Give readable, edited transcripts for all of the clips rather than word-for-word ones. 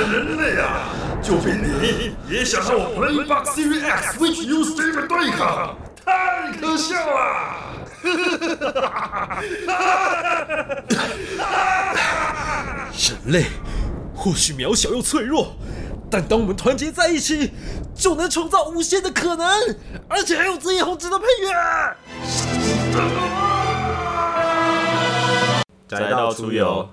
人类啊！就凭你也想和我 Playbox Series X Switch Ustream 对抗，太可笑了！ 人类或许渺小又脆弱，但当我们团结在一起，就能创造无限的可能，而且还有这一红值的配乐。 宅道出游。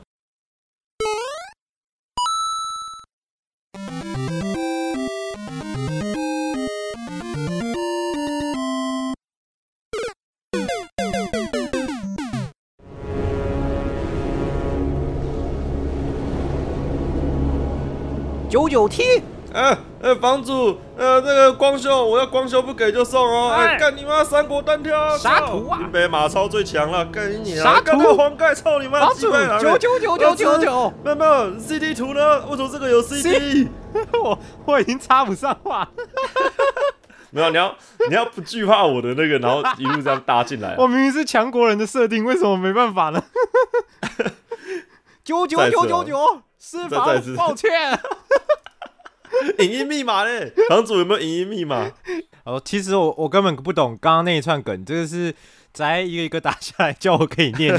99T， 房主，那个光修，我要光修不给就送哦！干你妈，三国单挑， 啥图啊？ 北马超最强了，干你啥图？ 干那黄盖，操你妈！ 房主99999， 没有 CD 图呢？为什么这个有 CD？ 我已经插不上话。 没有，你要不惧怕我的那个，然后一路这样搭进来。 我明明是强国人的设定，为什么没办法呢？99999，是房，抱歉。 影音密码嘞，房主有没有影音密码？ 其实我根本不懂刚刚那一串梗，这个是宅一个一个打下来叫我可以念。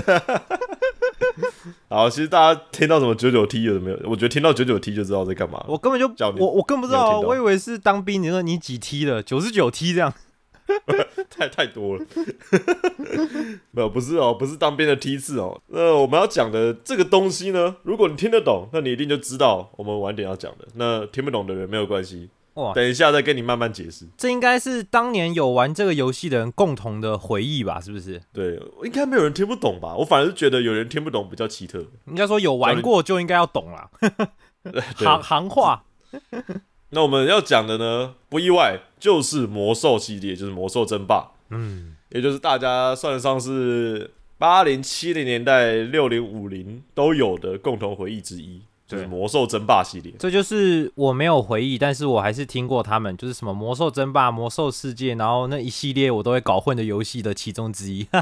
好，其实大家听到什么99T 有没有？我觉得听到99T 就知道在干嘛。 我根本就我根本不知道，我以为是当兵，你说你几 T 了？99T 这样。 太多了。没有，不是哦，不是当兵的梯次哦。我们要讲的这个东西呢，如果你听得懂，那你一定就知道我们晚点要讲的。那听不懂的人没有关系，等一下再跟你慢慢解释。 这应该是当年有玩这个游戏的人共同的回忆吧？是不是？ 对，应该没有人听不懂吧？我反而是觉得有人听不懂比较奇特。 应该说有玩过就应该要懂啦。行话。 那我们要讲的呢，不意外就是魔兽系列，就是魔兽争霸，也就是大家算得上是80、70年代、60、50都有的共同回忆之一，就是魔兽争霸系列。 这就是我没有回忆，但是我还是听过他们，就是什么魔兽争霸、魔兽世界，然后那一系列我都会搞混的游戏的其中之一。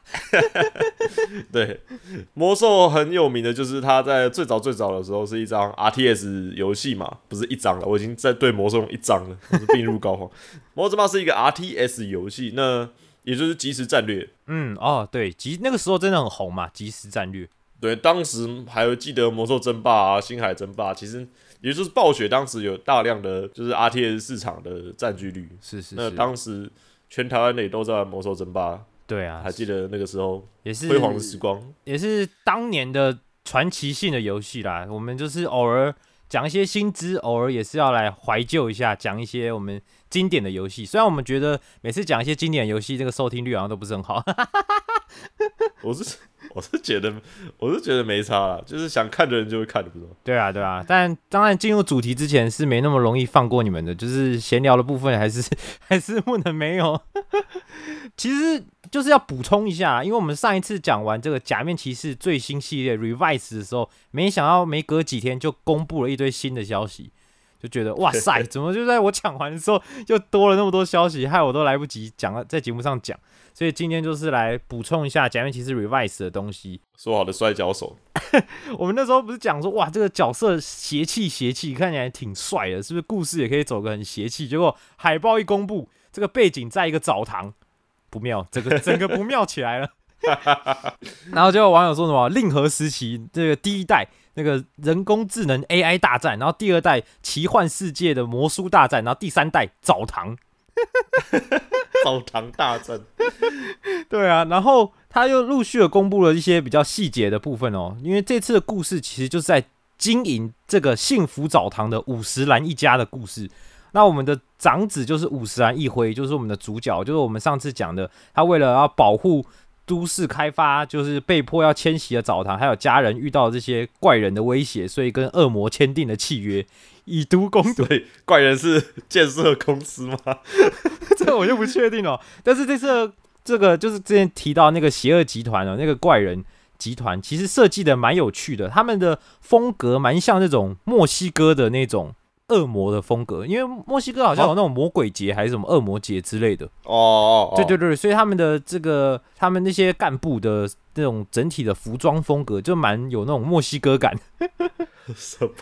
对，魔兽很有名的就是它在最早的时候是一张 RTS 游戏嘛，不是一张了，我已经在对魔兽用一张了，我是病入膏肓。魔兽争霸是一个 RTS 游戏，那也就是即时战略。 对，那个时候真的很红嘛，即时战略。 对，当时还会记得魔兽争霸啊、星海争霸，其实也就是暴雪当时有大量的就是 RTS 市场的占据率。 是。 那当时全台湾也都在玩魔兽争霸。 对啊， 还记得那个时候也是辉煌的时光， 也是当年的传奇性的游戏啦。我们就是偶尔讲一些新知，偶尔也是要来怀旧一下，讲一些我们经典的游戏。虽然我们觉得每次讲一些经典的游戏，这个收听率好像都不是很好。 我是觉得没差啦，就是想看的人就会看的，不是吗？ 对啊，但当然进入主题之前是没那么容易放过你们的，就是闲聊的部分还是不能没有。其实就是要补充一下，因为我们上一次讲完这个假面骑士最新系列 Revice 的时候，没想到没隔几天就公布了一堆新的消息，就觉得哇塞，怎么就在我讲完的时候又多了那么多消息，害我都来不及讲，在节目上讲。所以今天就是来补充一下假面骑士 Revice 的东西。 说好的摔跤手， 我们那时候不是讲说哇，这个角色邪气，看起来挺帅的，是不是故事也可以走个很邪气？结果海报一公布，这个背景在一个澡堂，不妙，整个不妙起来了。然后就有网友说什么令和时期这个第一代那个人工智能 AI 大战，然后第二代奇幻世界的魔书大战，然后第三代澡堂。 澡堂大战。 对啊，然后他又陆续的公布了一些比较细节的部分哦，因为这次的故事其实就是在经营这个幸福澡堂的五十岚一家的故事。那我们的长子就是五十岚一辉，就是我们的主角，就是我们上次讲的，他为了要保护都市开发，就是被迫要迁徙的澡堂，还有家人遇到这些怪人的威胁，所以跟恶魔签订了契约，以毒攻毒。 所以怪人是建设公司吗？ 这个我就不确定了。但是这个就是之前提到那个邪恶集团那个怪人集团，其实设计的蛮有趣的，他们的风格蛮像那种墨西哥的那种恶魔的风格，因为墨西哥好像有那种魔鬼节还是什么恶魔节之类的。对，所以他们的他们那些干部的那种整体的服装风格就蛮有那种墨西哥感。 什么？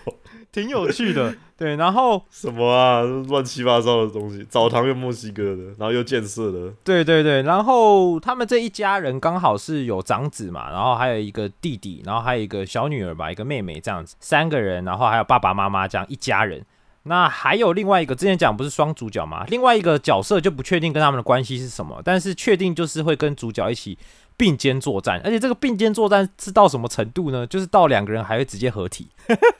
挺有趣的。对，然后什么啊，乱七八糟的东西，澡堂又墨西哥的，然后又建设的。 对对对，然后他们这一家人刚好是有长子嘛，然后还有一个弟弟，然后还有一个小女儿吧，一个妹妹这样子，3个人，然后还有爸爸妈妈这样一家人。那还有另外一个，之前讲不是双主角嘛？另外一个角色就不确定跟他们的关系是什么，但是确定就是会跟主角一起并肩作战，而且这个并肩作战是到什么程度呢？就是到2个人还会直接合体，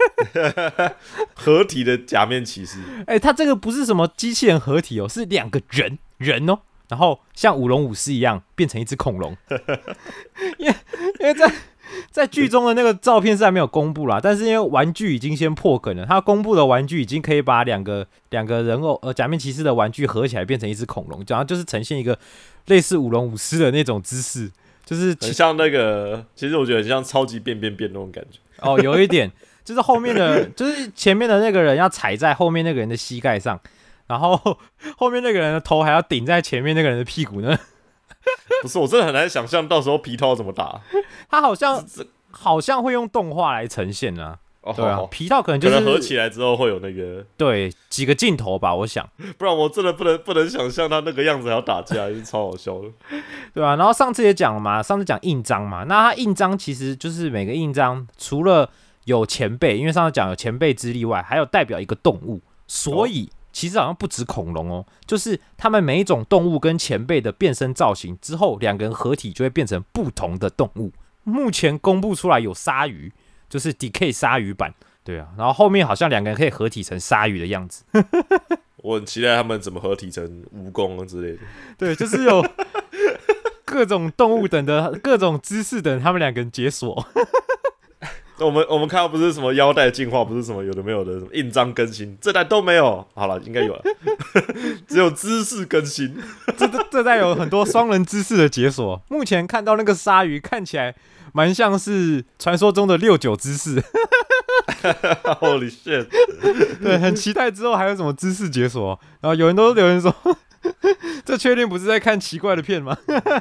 合体的假面骑士。 他这个不是什么机器人合体哦，是2个人哦，然后像舞龙舞狮一样变成一只恐龙，因为在剧中的那个照片是还没有公布啦，但是因为玩具已经先破梗了，他公布的玩具已经可以把两个人偶假面骑士的玩具合起来变成一只恐龙，然后就是呈现一个类似舞龙舞狮的那种姿势，就是很像那个，其实我觉得很像超级变那种感觉。 哦，有一点，就是后面的，就是前面的那个人要踩在后面那个人的膝盖上，然后后面那个人的头还要顶在前面那个人的屁股呢。 不是，我真的很难想象到时候皮套怎么打。 他好像会用动画来呈现啊。对啊，皮套可能合起来之后会有那个对几个镜头吧，我想。 不然我真的不能想象他那个样子还要打架，是超好笑的。 对啊，然后上次也讲了嘛，上次讲印章嘛，那他印章其实就是每个印章除了有前辈，因为上次讲有前辈之力外，还有代表一个动物，所以。其实好像不止恐龙哦，就是他们每一种动物跟前辈的变身造型之后，2个人合体就会变成不同的动物。目前公布出来有鲨鱼，就是 DK 鲨鱼版，对啊，然后后面好像2个人可以合体成鲨鱼的样子。 我很期待他们怎么合体成蜈蚣之类的。 对，就是有各种动物等的各种姿势等他们2个人解锁。 我们看到不是什么腰带进化，不是什么有的没有的，什么印章更新，这代都没有。好了，应该有了，只有姿势更新。 这代有很多双人姿势的解锁。目前看到那个鲨鱼看起来蛮像是传说中的69姿势。 Holy shit！ 对，很期待之后还有什么姿势解锁。然后有人都留言说，这确定不是在看奇怪的片吗？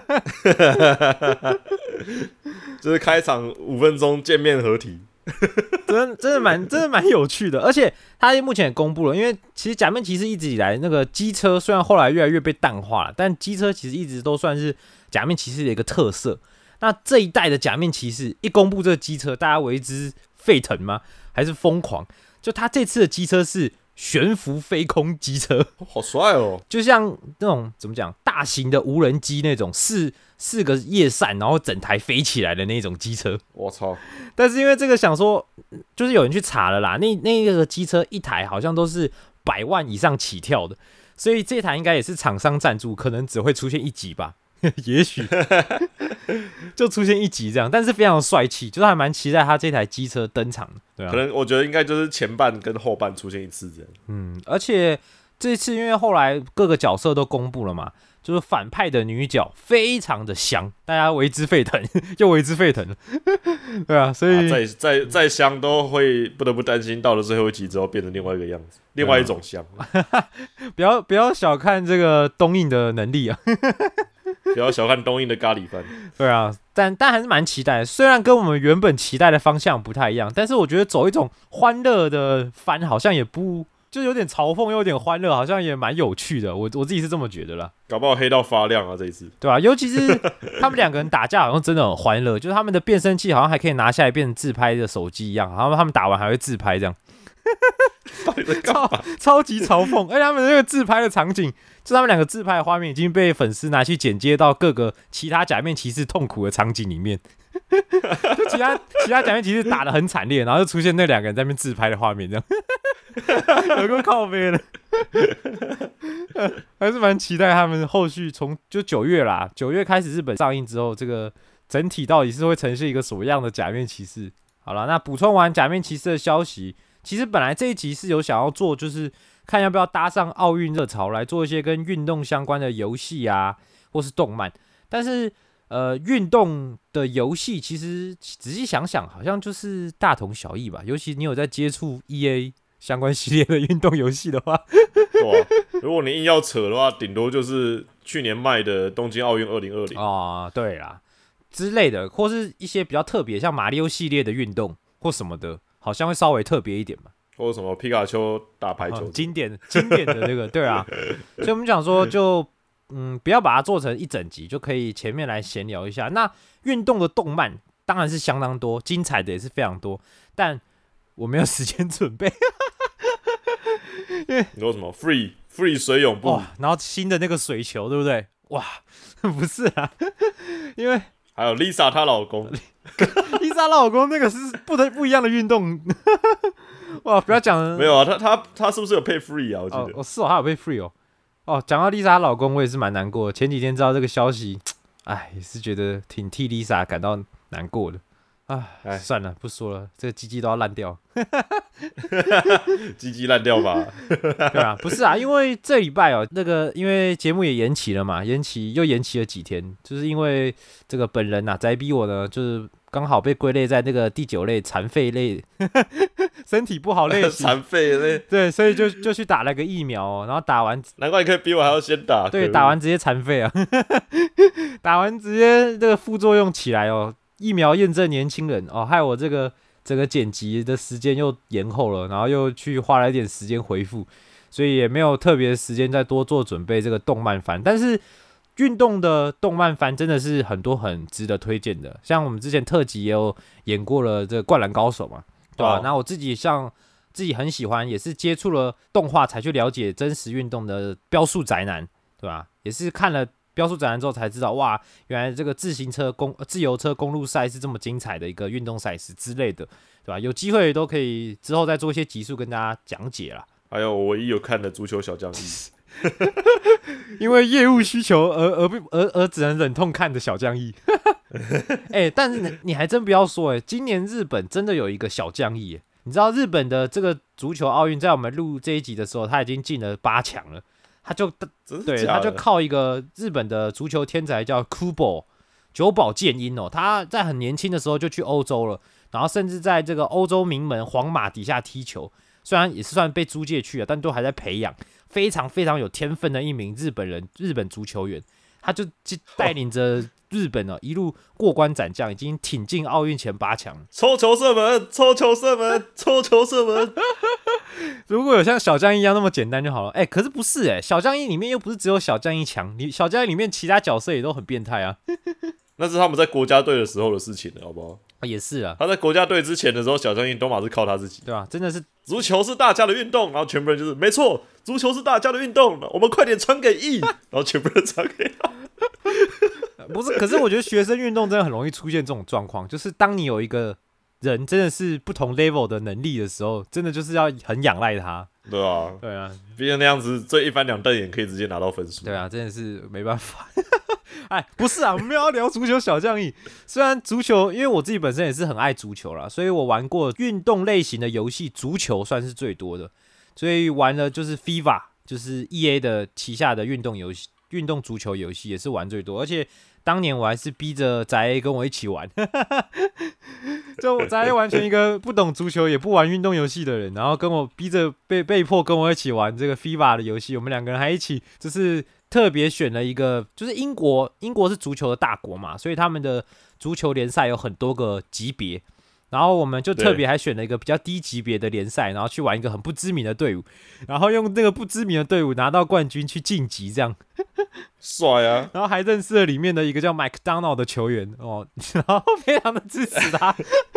就是开场5分钟见面合体， 真的蛮有趣的。而且他目前也公布了，因为其实假面骑士一直以来那个机车虽然后来越来越被淡化了，但机车其实一直都算是假面骑士的一个特色。那这一代的假面骑士一公布这个机车，大家为之沸腾吗？还是疯狂？就他这次的机车是悬浮飞空机车， 好帅哦！ 就像那种怎么讲，大型的无人机那种四个叶扇，然后整台飞起来的那种机车。 我操！ 但是因为这个想说，就是有人去查了啦，那个机车一台好像都是100万以上起跳的，所以这台应该也是厂商赞助，可能只会出现1集吧。也许就出现1集这样，但是非常帅气，就是还蛮期待他这台机车登场的，对啊。 可能我觉得应该就是前半跟后半出现1次这样。 而且这次因为后来各个角色都公布了嘛，就是反派的女角非常的香，大家为之沸腾，又为之沸腾了，对啊，所以再香都会不得不担心，到了最后一集之后变成另外一个样子，另外一种香。 不要小看这个东映的能力啊。 不要小看东映的咖喱番。 对啊，但还是蛮期待的，虽然跟我们原本期待的方向不太一样，但是我觉得走一种欢乐的番好像也不，就有点嘲讽又有点欢乐，好像也蛮有趣的，我自己是这么觉得啦。 搞不好黑到发亮啊这一次。 对啊，尤其是他们2个人打架好像真的很欢乐，就是他们的变声器好像还可以拿下来变成自拍的手机一样，然后他们打完还会自拍这样。超级嘲讽，而且他们那个自拍的场景，就他们2个自拍的画面已经被粉丝拿去剪接到各个其他假面骑士痛苦的场景里面。就其他假面骑士打得很惨烈，然后就出现那2个人在那边自拍的画面，这样有个靠背的。还是蛮期待他们后续就9月啦，9月开始日本上映之后，这个整体到底是会呈现一个什么样的假面骑士？好了，那补充完假面骑士的消息。其实本来这一集是有想要做，就是看要不要搭上奥运热潮来做一些跟运动相关的游戏啊，或是动漫。但是运动的游戏其实仔细想想，好像就是大同小异吧。尤其你有在接触 EA 相关系列的运动游戏的话， 对啊，如果你硬要扯的话，顶多就是去年卖的东京奥运2020 啊，对啦之类的，或是一些比较特别，像马里奥系列的运动或什么的。好像会稍微特别一点嘛。 或者什么皮卡丘打排球， 经典的这个，对啊，所以我们讲说就不要把它做成一整集，就可以前面来闲聊一下。那运动的动漫当然是相当多，精彩的也是非常多，但我没有时间准备。 你说什么 free 水泳部， 然后新的那个水球，对不对？哇，不是啊，因为还有 Lisa 她老公 ，Lisa 老公那个是不一样的运动。哇，不要讲了， 没有啊，他是不是有配 free 啊？我记得是哦，他有配 free 哦。讲到 Lisa 老公，我也是蛮难过的。前几天知道这个消息，也是觉得挺替 Lisa 感到难过的。算了，不说了，这个鸡鸡都要烂掉。 鸡鸡烂掉吧？ 对啊，不是啊，因为这礼拜那个因为节目也延期了嘛，又延期了几天，就是因为这个本人宅逼我呢，就是刚好被归类在那个第9类残废类，身体不好类型。 残废类。 对，所以就去打了个疫苗然后打完， 难怪你可以比我还要先打。 对，打完直接残废啊，打完直接这个副作用起来疫苗验证年轻人害我这个整个剪辑的时间又延后了，然后又去花了一点时间回复，所以也没有特别的时间再多做准备这个动漫番。但是运动的动漫番真的是很多很值得推荐的，像我们之前特辑也有演过了这个《灌篮高手》嘛，对吧？那我自己很喜欢，也是接触了动画才去了解真实运动的标速宅男，对吧？也是看了标速宅男之后才知道，哇，原来这个自由车公路赛是这么精彩的一个运动赛事之类的，对吧？有机会都可以之后再做一些集数跟大家讲解啦。 还有我唯一有看的足球小将义， 因为业务需求而只能忍痛看的小将义。但是你还真不要说，今年日本真的有一个小将义，你知道日本的这个足球奥运，在我们录这一集的时候，他已经进了8强了。他就靠一个日本的足球天才叫 Kubo 久保建英他在很年轻的时候就去欧洲了，然后甚至在这个欧洲名门皇马底下踢球，虽然也是算被租借去了，但都还在培养，非常非常有天分的一名日本足球员，他就带领着日本一路过关斩将，已经挺进奥运前8强， 抽球射门，抽球射门，抽球射门。 如果有像小将一样那么简单就好了，可是不是小将一里面又不是只有小将一强，小将一里面其他角色也都很变态啊。 那是他们在国家队的时候的事情了，好不好？ 也是啊， 他在国家队之前的时候，小将一都嘛是靠他自己， 对吧？真的是足球是大家的运动，然后全部人就是没错，足球是大家的运动，我们快点传给E，然后全部人传给他。 不是，可是我觉得学生运动真的很容易出现这种状况，就是当你有一个人真的是不同 level 的能力的时候，真的就是要很仰赖他。 对啊，毕竟那样子这一翻两瞪眼可以直接拿到分数。 对啊，真的是没办法。不是啊，我们要聊足球小将义。虽然足球，因为我自己本身也是很爱足球啦，所以我玩过运动类型的游戏，足球算是最多的。所以玩了就是 FIFA， 就是 EA 的旗下的运动游戏、运动足球游戏也是玩最多。而且当年我还是逼着宅 A 跟我一起玩，就宅 A 完全一个不懂足球也不玩运动游戏的人，然后跟我逼着被迫跟我一起玩这个 FIFA 的游戏。我们2个人还一起就是特别选了一个，就是英国是足球的大国嘛，所以他们的足球联赛有很多个级别，然后我们就特别还选了一个比较低级别的联赛，然后去玩一个很不知名的队伍，然后用那个不知名的队伍拿到冠军去晋级，这样帅啊！ 然后还认识了里面的一个叫 McDonald 的球员然后非常的支持他。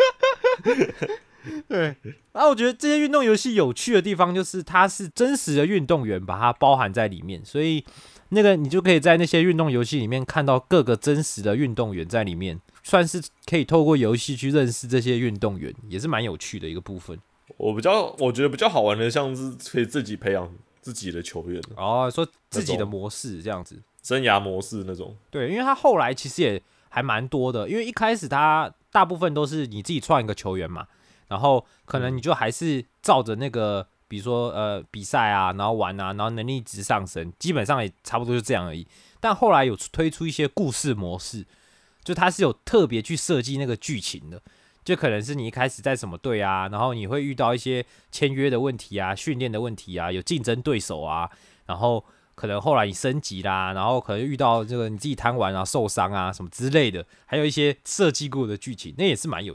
对，然后我觉得这些运动游戏有趣的地方就是它是真实的运动员把它包含在里面，所以那个你就可以在那些运动游戏里面看到各个真实的运动员在里面，算是可以透过游戏去认识这些运动员，也是蛮有趣的一个部分。 我觉得比较好玩的，像是可以自己培养自己的球员说自己的模式这样子， 生涯模式那种。 对，因为他后来其实也还蛮多的，因为一开始他大部分都是你自己创一个球员嘛，然后可能你就还是照着那个，比如说比赛啊，然后玩啊，然后能力值上升，基本上也差不多就这样而已。但后来有推出一些故事模式，就它是有特别去设计那个剧情的，就可能是你一开始在什么队啊，然后你会遇到一些签约的问题啊、训练的问题啊、有竞争对手啊，然后可能后来你升级啦，然后可能遇到这个你自己贪玩啊、受伤啊什么之类的，还有一些设计过的剧情，那也是蛮有趣的。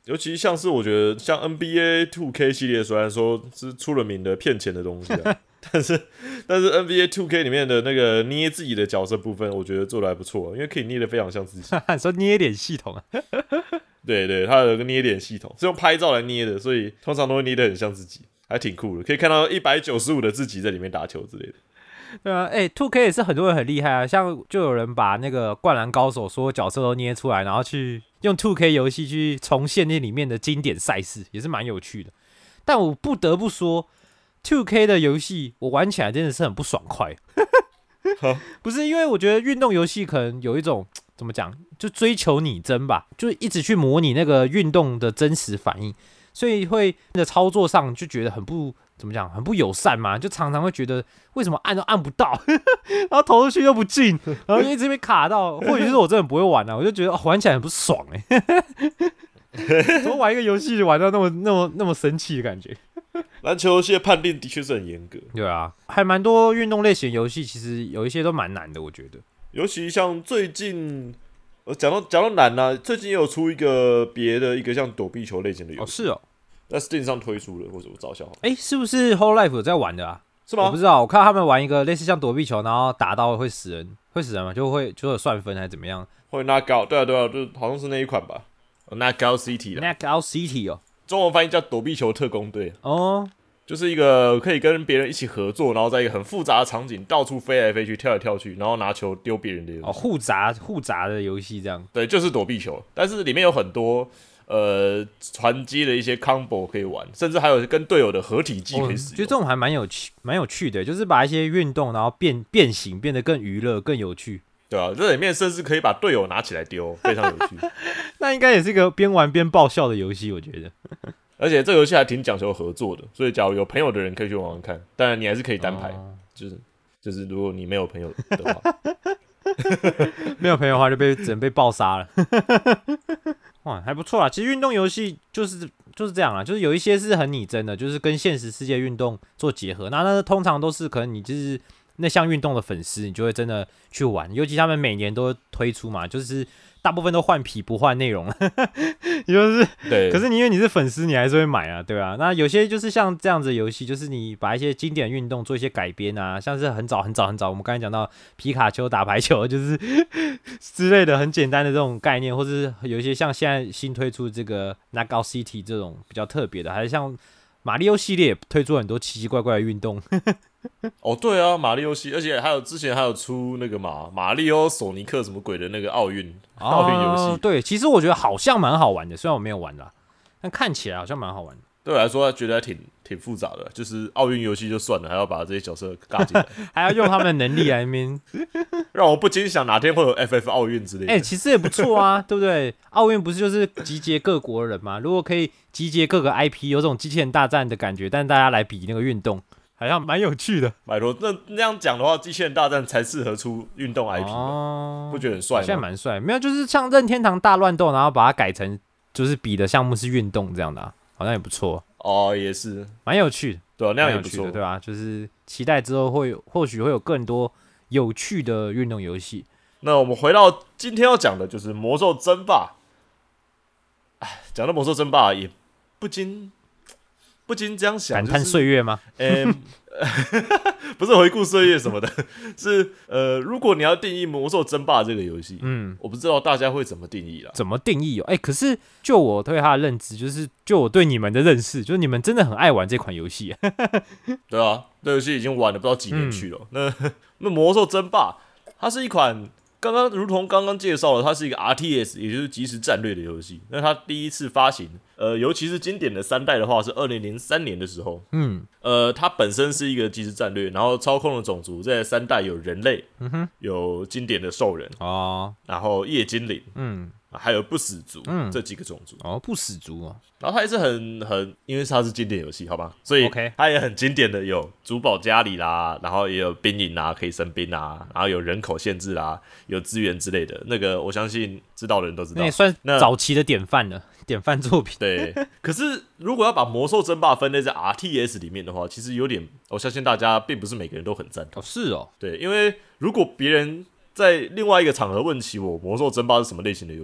尤其像是我觉得像 NBA 2K 系列，虽然说是出了名的骗钱的东西啊，但是 NBA 2K 里面的那个捏自己的角色部分，我觉得做的还不错，因为可以捏的非常像自己。 说捏脸系统啊？ 对，它有个捏脸系统，是用拍照来捏的，所以通常都会捏得很像自己，还挺酷的，可以看到195的自己在里面打球之类的。 对啊，2K 也是很多人很厉害啊，像就有人把那个灌篮高手所有角色都捏出来，然后去用 2K 游戏去重现那里面的经典赛事，也是蛮有趣的。但我不得不说 ，2K 的游戏我玩起来真的是很不爽快。不是因为我觉得运动游戏可能有一种怎么讲，就追求拟真吧，就一直去模拟那个运动的真实反应，所以会在操作上就觉得很不怎么讲，很不友善嘛，就常常会觉得为什么按都按不到，然后投出去又不进，然后一直被卡到，或许是我真的不会玩啊，我就觉得、玩起来很不爽怎么玩一个游戏玩到那么生气的感觉？ 篮球游戏的判定的确是很严格， 对啊，还蛮多运动类型游戏，其实有一些都蛮难的，我觉得。 尤其像最近，讲到难啊，最近也有出一个别的一个像躲避球类型的游戏， 是哦， 在 Steam 上推出了，或者我找一下好了， 是不是 Whole Life 有在玩的啊？ 是吗？ 我不知道，我看到他们玩一个类似像躲避球，然后打到会死人吗？就有算分还是怎么样？ 会 knock out，对啊，就好像是那一款吧，knock out City 啦 ，knock out City 哦， 中文翻译叫躲避球特工队哦。 就是一个可以跟别人一起合作，然后在一个很复杂的场景到处飞来飞去、跳来跳去，然后拿球丢别人的游戏。 哦，互砸的游戏这样。 对，就是躲避球，但是里面有很多传接的一些 combo 可以玩，甚至还有跟队友的合体技可以使用。 觉得这种还蛮有趣的，就是把一些运动然后变形，变得更娱乐、更有趣。 对啊，这里面甚至可以把队友拿起来丢，非常有趣。 那应该也是一个边玩边爆笑的游戏，我觉得。 而且这个游戏还挺讲求合作的，所以假如有朋友的人可以去玩玩看。当然，你还是可以单排，就是如果你没有朋友的话， 没有朋友的话就只能被爆杀了。哇，还不错啦。其实运动游戏就是这样啦，就是有一些是很拟真的，就是跟现实世界运动做结合。那通常都是可能你就是那项运动的粉丝，你就会真的去玩。尤其他们每年都推出嘛，就是大部分都换皮不换内容，也就是对。 可是因为你是粉丝，你还是会买啊，对吧？那有些就是像这样子的游戏，就是你把一些经典运动做一些改编啊，像是很早，我们刚才讲到皮卡丘打排球，就是之类的很简单的这种概念，或是有一些像现在新推出这个 Knockout City 这种比较特别的，还是像马里奥系列也推出很多奇奇怪怪的运动。 哦，对啊，马里奥系，而且之前还有出那个马里奥索尼克什么鬼的那个奥运游戏。 对，其实我觉得好像蛮好玩的，虽然我没有玩啦，但看起来好像蛮好玩的。 对我来说，觉得还挺复杂的，就是奥运游戏就算了，还要把这些角色尬进来， 还要用他们的能力来那边， 让我不禁想哪天会有 FF 奥运之类的。 其实也不错啊，对不对？奥运不是就是集结各国人嘛？如果可以集结各个 IP， 有种机器人大战的感觉，但大家来比那个运动。好像蛮有趣的， 拜托，那样讲的话，机器人大战才适合出运动 IP，不觉得很帅吗？ 现在蛮帅，没有，就是像任天堂大乱斗，然后把它改成就是比的项目是运动这样的、啊，好像也不错。 哦，也是， 蛮有趣的， 对啊，那样也不错， 对吧、就是期待之后或许会有更多有趣的运动游戏。 那我们回到今天要讲的就是魔兽争霸。哎，讲到魔兽争霸，也不禁这样想， 感叹岁月吗？ 不是回顾岁月什么的，是如果你要定义魔兽争霸这个游戏，我不知道大家会怎么定义啦。 怎么定义哦？可是就我对他的认知，就我对你们的认识，就是你们真的很爱玩这款游戏。 对啊，这游戏已经玩了不知道几年去了。那魔兽争霸，它是一款如同刚刚介绍了，它是一个 RTS， 也就是即时战略的游戏。那它第一次发行，尤其是经典的3代的话，是2003年的时候。它本身是一个即时战略，然后操控的种族在3代有人类，有经典的兽人，然后夜精灵，还有不死族，这几个种族。 不死族哦。 然后它也是很，因为它是经典游戏，好吧，所以它也很经典的有主堡家里啦，然后也有兵营啦，可以升兵啦，然后有人口限制啦，有资源之类的。那个我相信知道的人都知道， 那也算早期的典范了，典范作品。 对，可是如果要把魔兽争霸分类在 RTS 里面的话，其实有点，我相信大家并不是每个人都很赞同。 是哦， 对，因为如果别人在另外一个场合问起我魔兽争霸是什么类型的游戏，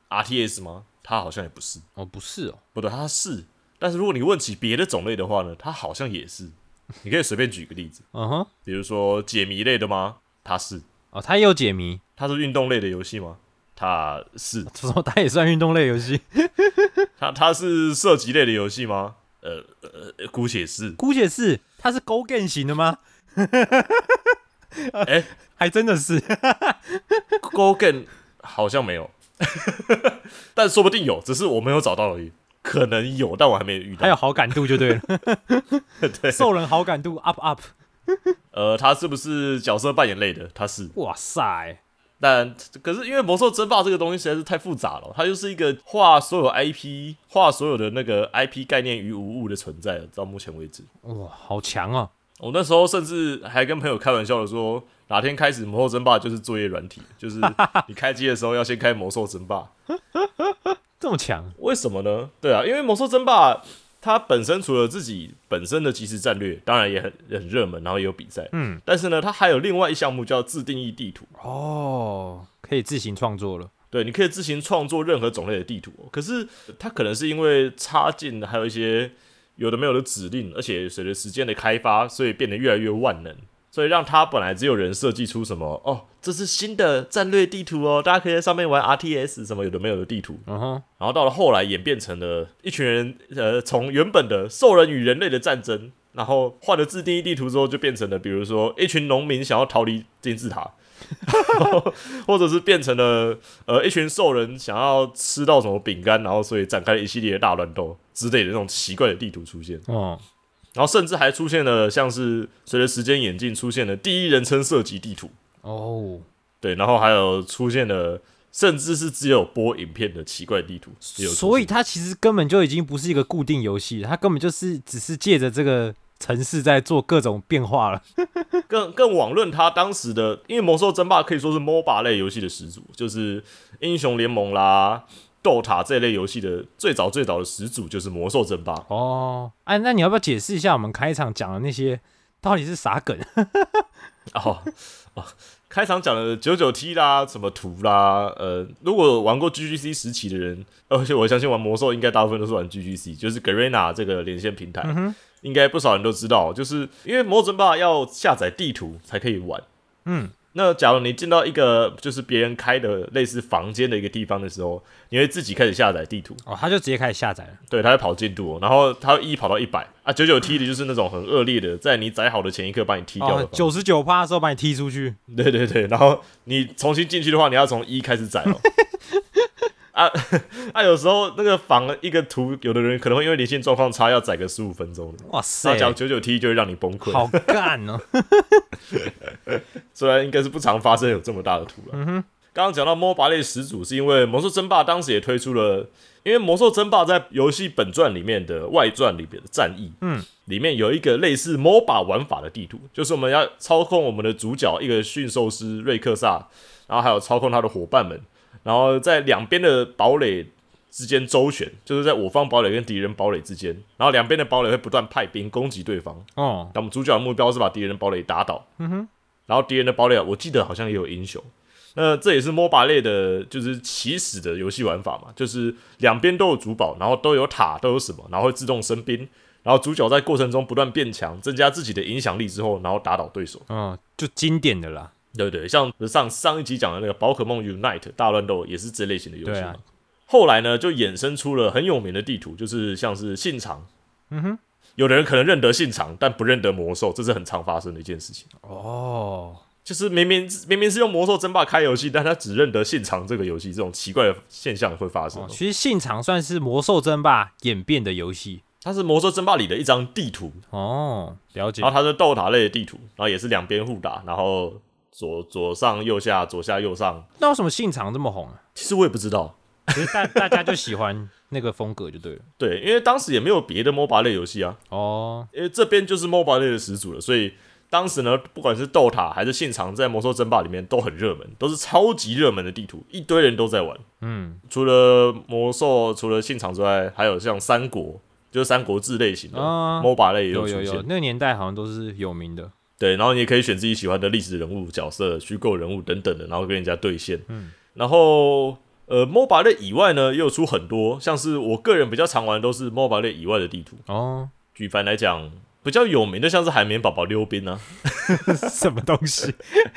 RTS 吗？它好像也不是。 哦，不是哦， 不对，它是。但是如果你问起别的种类的话呢，它好像也是。你可以随便举个例子， 嗯哼， 比如说解谜类的吗？它是。 哦，它也有解谜， 它是运动类的游戏吗？它是。 什么？它也算运动类游戏？ 它是射击类的游戏吗？姑且是。 姑且是，它是勾 game 型的吗？ 哎、 还真的是。 Go Game 好像没有，但说不定有，只是我没有找到而已。可能有，但我还没遇到。 还有好感度就对了。 对， 兽人好感度 up。 它是不是角色扮演类的？它是。 哇塞！ 但可是因为魔兽争霸这个东西实在是太复杂了，它就是一个画所有 IP、画所有的那个 IP 概念于无物的存在。到目前为止， 哇，好强啊！ 我那时候甚至还跟朋友开玩笑的说，哪天开始魔兽争霸就是作业软体，就是你开机的时候要先开魔兽争霸。 这么强？ 为什么呢？对啊，因为魔兽争霸它本身除了自己本身的即时战略，当然也很热门，然后也有比赛，但是呢，它还有另外一项目叫自定义地图。 哦，可以自行创作了。 对，你可以自行创作任何种类的地图可是它可能是因为插进还有一些有的没有的指令，而且随着时间的开发，所以变得越来越万能。所以让它本来只有人设计出什么这是新的战略地图大家可以在上面玩 RTS 什么有的没有的地图，然后到了后来演变成了一群人从原本的兽人与人类的战争，然后换了自定义地图之后，就变成了比如说一群农民想要逃离金字塔，或者是变成了一群兽人想要吃到什么饼干，然后所以展开了一系列的大乱斗之类的那种奇怪的地图出现。然后甚至还出现了像是随着时间演进出现了第一人称射击地图对，然后还有出现了甚至是只有播影片的奇怪地图， 所以它其实根本就已经不是一个固定游戏，它根本就是只是借着这个城市在做各种变化了。 更网论它当时的，因为魔兽争霸可以说是 MOBA 类游戏的始祖，就是英雄联盟啦、斗塔这类游戏的最早的始祖就是魔兽争霸。 那你要不要解释一下我们开场讲的那些到底是啥梗？ 开场讲的99T 啦，什么图啦，如果玩过 GGC 时期的人，而且我相信玩魔兽应该大部分都是玩 GGC， 就是 Garena 这个连线平台，应该不少人都知道，就是因为魔兽争霸要下载地图才可以玩，那假如你进到一个就是别人开的类似房间的一个地方的时候，你会自己开始下载地图。 他就直接开始下载了。 对，他会跑进度然后他会跑到100啊，99T 的就是那种很恶劣的，在你载好的前一刻把你踢掉的 ，99% 的时候把你踢出去。 对对对，然后你重新进去的话，你要从1开始载有时候那个仿一个图，有的人可能会因为连线状况差，要载个15分钟的。 哇塞！ 那讲99T 就会让你崩溃。 好干哦！ 虽然应该是不常发生有这么大的图了。刚刚讲到 MOBA 类始祖，是因为魔兽争霸当时也推出了，因为魔兽争霸在游戏本传里面的外传里面的战役，里面有一个类似 MOBA 玩法的地图，就是我们要操控我们的主角一个驯兽师瑞克萨，然后还有操控他的伙伴们。然后在两边的堡垒之间周旋，就是在我方堡垒跟敌人堡垒之间，然后两边的堡垒会不断派兵攻击对方。那我们主角的目标是把敌人的堡垒打倒。然后敌人的堡垒，我记得好像也有英雄。那这也是 MOBA 类的，就是起始的游戏玩法嘛，就是两边都有主堡，然后都有塔，都有什么，然后会自动升兵，然后主角在过程中不断变强，增加自己的影响力之后，然后打倒对手。 就经典的啦。 对对，像上一集讲的那个宝可梦 Unite 大乱斗也是这类型的游戏嘛。 啊、 后来呢，就衍生出了很有名的地图，就是像是信长。有的人可能认得信长，但不认得魔兽，这是很常发生的一件事情。就是明明是用魔兽争霸开游戏，但他只认得信长这个游戏，这种奇怪的现象会发生。 其实信长算是魔兽争霸演变的游戏。 它是魔兽争霸里的一张地图。 了解。 然后它是斗塔类的地图，然后也是两边互打，然后左上右下，左下右上。 那为什么信长这么红啊？ 其实我也不知道， 其实大家就喜欢那个风格就对了。 对，因为当时也没有别的 MOBA 类游戏啊。因为这边就是 MOBA 类的始祖了，所以当时呢，不管是斗塔还是信长，在魔兽争霸里面都很热门，都是超级热门的地图，一堆人都在玩。除了魔兽，除了信长之外，还有像三国，就是三国志类型的 MOBA 类也有出现。 有，那个年代好像都是有名的。 对，然后你也可以选自己喜欢的历史人物、角色、虚构人物等等的，然后跟人家对线。然后 MOBA 类以外呢，也有出很多，像是我个人比较常玩的都是 MOBA 类以外的地图。 哦， 举凡来讲，比较有名的像是海绵宝宝溜冰啊， 什么东西？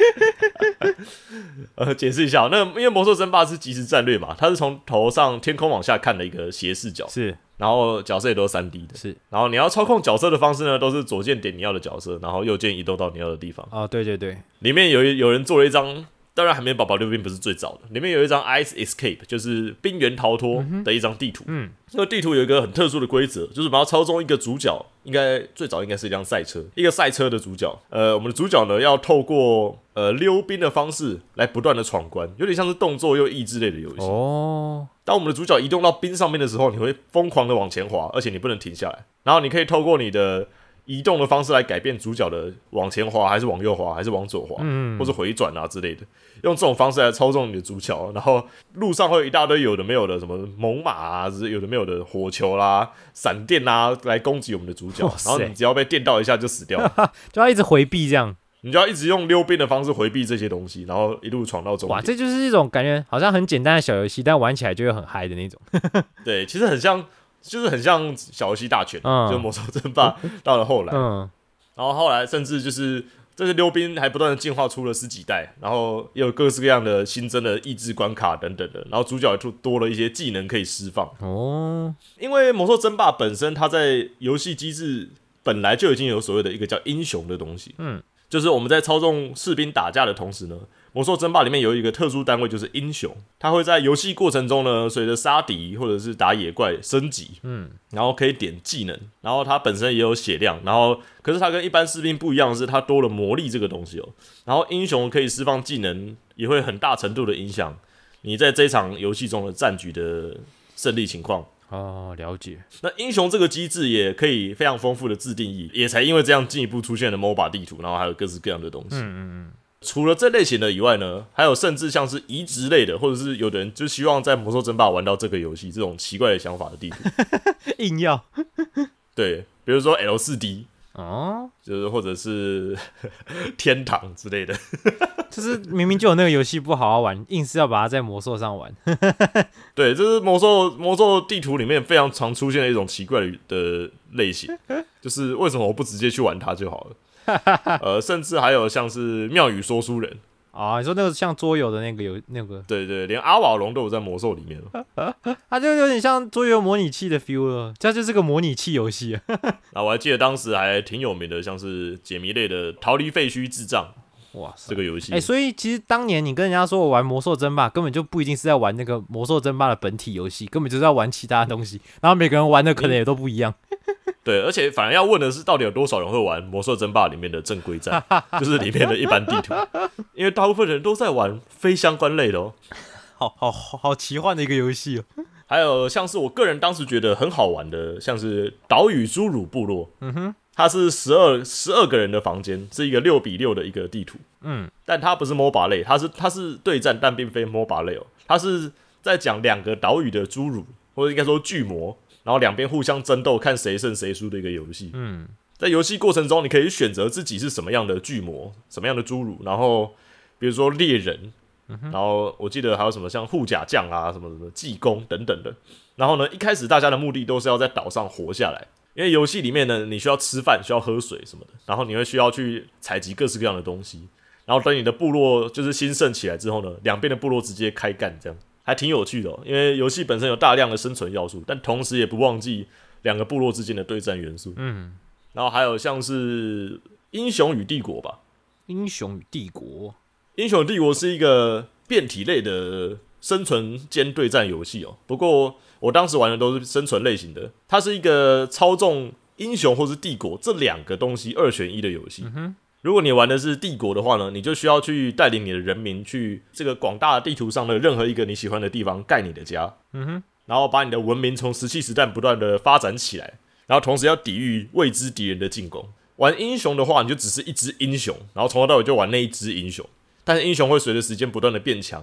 解释一下，那因为魔兽争霸是即时战略嘛，它是从头上天空往下看的一个斜视角， 是， 然后角色也都是 3D 的， 是， 然后你要操控角色的方式呢，都是左键点你要的角色，然后右键移动到你要的地方。 哦，对对对， 里面有人做了一张，当然海绵宝宝溜冰不是最早的，里面有一张 Ice Escape， 就是冰原逃脱的一张地图。这个地图有一个很特殊的规则，就是我们要操纵一个主角，最早应该是一辆赛车，一个赛车的主角。我们的主角呢要透过溜冰的方式来不断的闯关，有点像是动作又益智类的游戏。 哦， 当我们的主角移动到冰上面的时候，你会疯狂的往前滑，而且你不能停下来。然后你可以透过你的移动的方式来改变主角的往前滑，还是往右滑，还是往左滑，或是回转啊之类的。用这种方式来操纵你的主角，然后路上会有一大堆有的没有的，什么猛犸啊，有的没有的火球啦、闪电啊，来攻击我们的主角。然后你只要被电到一下就死掉了， 就要一直回避这样。 你就要一直用溜冰的方式回避这些东西，然后一路闯到终点。 哇，这就是一种感觉好像很简单的小游戏，但玩起来就会很嗨的那种。 对，其实很像，就是很像小游戏大全，就魔兽争霸到了后来，然后后来甚至就是这些溜冰还不断的进化出了10几代，然后也有各式各样的新增的益智关卡等等的，然后主角也多了一些技能可以释放。哦，因为魔兽争霸本身它在游戏机制本来就已经有所谓的一个叫英雄的东西，就是我们在操纵士兵打架的同时呢，魔兽争霸里面有一个特殊单位，就是英雄，它会在游戏过程中呢，随着杀敌或者是打野怪升级，然后可以点技能，然后它本身也有血量，然后可是它跟一般士兵不一样的是，它多了魔力这个东西哦，然后英雄可以释放技能，也会很大程度的影响你在这一场游戏中的战局的胜利情况。 哦，了解。 那英雄这个机制也可以非常丰富的自定义，也才因为这样进一步出现了 MOBA 地图，然后还有各式各样的东西。除了这类型的以外呢，还有甚至像是移植类的，或者是有的人就希望在魔兽争霸玩到这个游戏这种奇怪的想法的地图， 硬要。 对，比如说 L4D。就是或者是天堂之类的， 就是明明就有那个游戏不好好玩，硬是要把它在魔兽上玩。 对，这是魔兽地图里面非常常出现的一种奇怪的类型，就是为什么我不直接去玩它就好了？甚至还有像是妙语说书人。 你说那个像桌游的那个有那个， 对对，连阿瓦隆都有在魔兽里面了， 它就有点像桌游模拟器的 feel 了，这就是个模拟器游戏。 那我还记得当时还挺有名的，像是解谜类的《逃离废墟智障》，哇，这个游戏。 所以其实当年你跟人家说我玩魔兽争霸，根本就不一定是在玩那个魔兽争霸的本体游戏，根本就是在玩其他的东西，然后每个人玩的可能也都不一样。 对，而且反而要问的是，到底有多少人会玩《魔兽争霸》里面的正规战，就是里面的一般地图，因为大部分人都在玩非相关类的哦。 好奇幻的一个游戏哦。 还有像是我个人当时觉得很好玩的，像是岛屿侏儒部落，它是12个人的房间，是一个6:6的一个地图，但它不是 MOBA 类，它是对战，但并非 MOBA 类哦，它是在讲2个岛屿的侏儒，或者应该说巨魔。然后两边互相争斗，看谁胜谁输的一个游戏。在游戏过程中，你可以选择自己是什么样的巨魔，什么样的侏儒，然后比如说猎人，然后我记得还有什么像护甲将啊，什么技工等等的。然后呢，一开始大家的目的都是要在岛上活下来，因为游戏里面呢，你需要吃饭，需要喝水什么的，然后你会需要去采集各式各样的东西。然后等你的部落就是兴盛起来之后呢，两边的部落直接开干这样。还挺有趣的因为游戏本身有大量的生存要素，但同时也不忘记2个部落之间的对战元素。然后还有像是英雄与帝国吧， 英雄与帝国是一个变体类的生存兼对战游戏不过我当时玩的都是生存类型的，它是一个操纵英雄或是帝国这2个东西2选1的游戏。如果你玩的是帝国的话呢，你就需要去带领你的人民去这个广大的地图上的任何一个你喜欢的地方盖你的家，然后把你的文明从石器时代不断的发展起来，然后同时要抵御未知敌人的进攻。玩英雄的话，你就只是一只英雄，然后从头到尾就玩那一只英雄，但是英雄会随着时间不断的变强，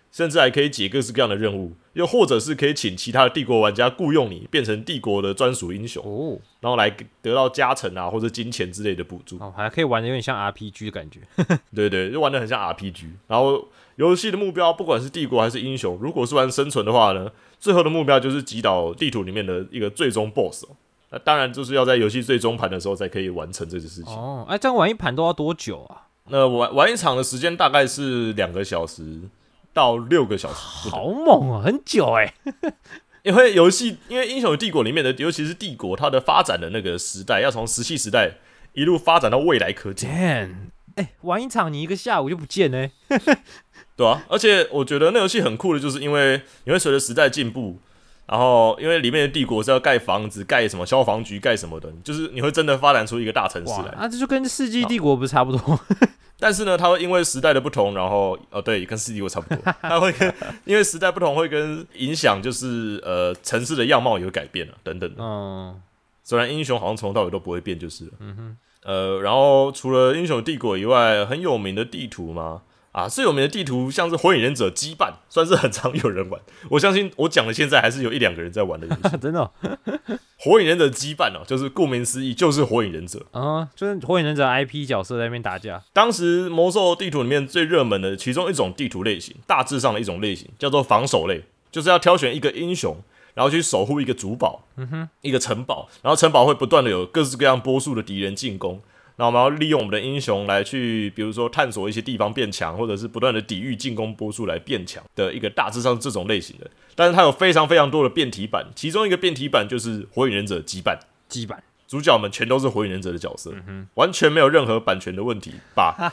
甚至还可以解各式各样的任务，又或者是可以请其他的帝国玩家雇佣你，变成帝国的专属英雄，然后来得到加成啊或者金钱之类的补助。 还可以玩的有点像 RPG 的感觉。 对对，就玩的很像 RPG。然后游戏的目标，不管是帝国还是英雄，如果是玩生存的话呢，最后的目标就是击倒地图里面的一个最终 BOSS。那当然就是要在游戏最终盘的时候才可以完成这件事情。 这样玩一盘都要多久啊？ 那玩一场的时间大概是2个小时到6个小时。 好猛哦，很久哎。 因为英雄帝国里面的，尤其是帝国，它的发展的那个时代，要从石器时代一路发展到未来科技。 玩一场你1个下午就不见了。 对啊，而且我觉得那游戏很酷的，就是因为你会随着时代进步。然后，因为里面的帝国是要盖房子、盖什么消防局、盖什么的，就是你会真的发展出一个大城市来。 这就跟世纪帝国不是差不多？ 但是呢，它会因为时代的不同，然后对，跟世纪帝国差不多，它会因为时代不同会跟影响，就是城市的样貌也会改变了等等的。虽然英雄好像从头到尾都不会变，就是了。然后除了英雄帝国以外，很有名的地图嘛。最有名的地图像是火影忍者羁绊，算是很常有人玩。我相信我讲的现在还是有1-2个人在玩的游戏。 真的火影忍者羁绊就是顾名思义就是火影忍者。 就是火影忍者 IP 角色在那边打架。 当时魔兽地图里面最热门的其中一种地图类型，大致上的一种类型叫做防守类，就是要挑选一个英雄，然后去守护一个主堡，一个城堡，然后城堡会不断的有各式各样波数的敌人进攻。然后我们要利用我们的英雄来去，比如说探索一些地方变强，或者是不断的抵御进攻波数来变强的一个大致上这种类型的。但是它有非常非常多的变体版，其中一个变体版就是火影忍者羁绊，主角们全都是火影忍者的角色，完全没有任何版权的问题吧。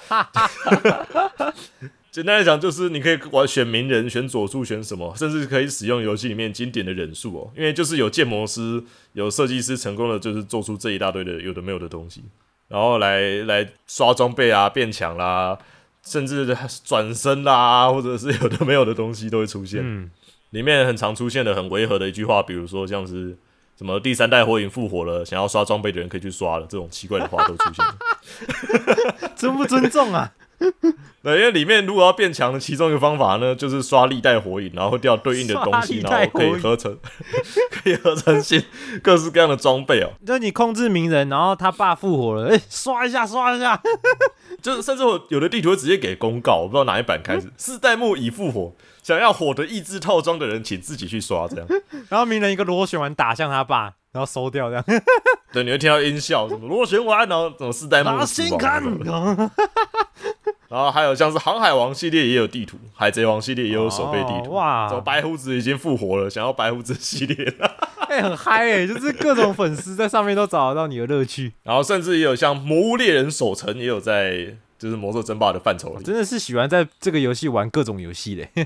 简单来讲，就是你可以选鸣人、选佐助、选什么，甚至可以使用游戏里面经典的忍术因为就是有建模师、有设计师成功的就是做出这一大堆的有的没有的东西。然后来刷装备啊，变强啦，甚至转身啦，或者是有的没有的东西都会出现。里面很常出现的很违和的一句话，比如说像是什么第3代火影复活了，想要刷装备的人可以去刷了，这种奇怪的话都出现了。 尊不尊重啊？ 对，因为里面如果要变强的其中一个方法呢，就是刷历代火影，然后会掉对应的东西，然后可以合成新各式各样的装备就你控制鸣人，然后他爸复活了，刷一下。 就是甚至有的地图会直接给公告，我不知道哪一版开始，4代目已复活，想要火的意志套装的人请自己去刷这样。 然后鸣人一个螺旋丸打向他爸，然后收掉这样。 对，你会听到音效，什么螺旋丸，然后什么4代目死亡。然后还有像是航海王系列也有地图，海贼王系列也有手背地图。 哇！ 怎么白胡子已经复活了，想要白胡子系列了。 很嗨就是各种粉丝在上面都找得到你的乐趣。 然后甚至也有像魔物猎人守城，也有在就是魔兽争霸的范畴里。 真的是喜欢在这个游戏玩各种游戏嘞。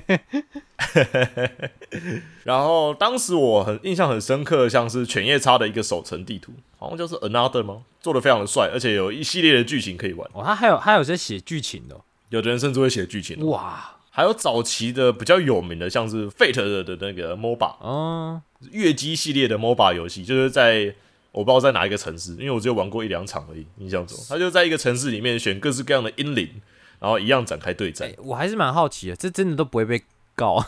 然后当时我印象很深刻的，像是犬夜叉的一个守城地图，好像叫做 Another 吗？做的非常的帅，而且有一系列的剧情可以玩。 他还有在写剧情的有的人甚至会写剧情的。 哇！ 还有早期的比较有名的，像是 Fate 的那个 MOBA，月姬系列的 MOBA 游戏，就是在我不知道在哪一个城市，因为我只有玩过1-2场而已，印象中，他就在一个城市里面选各式各样的英灵，然后一样展开对战。 我还是蛮好奇的，这真的都不会被告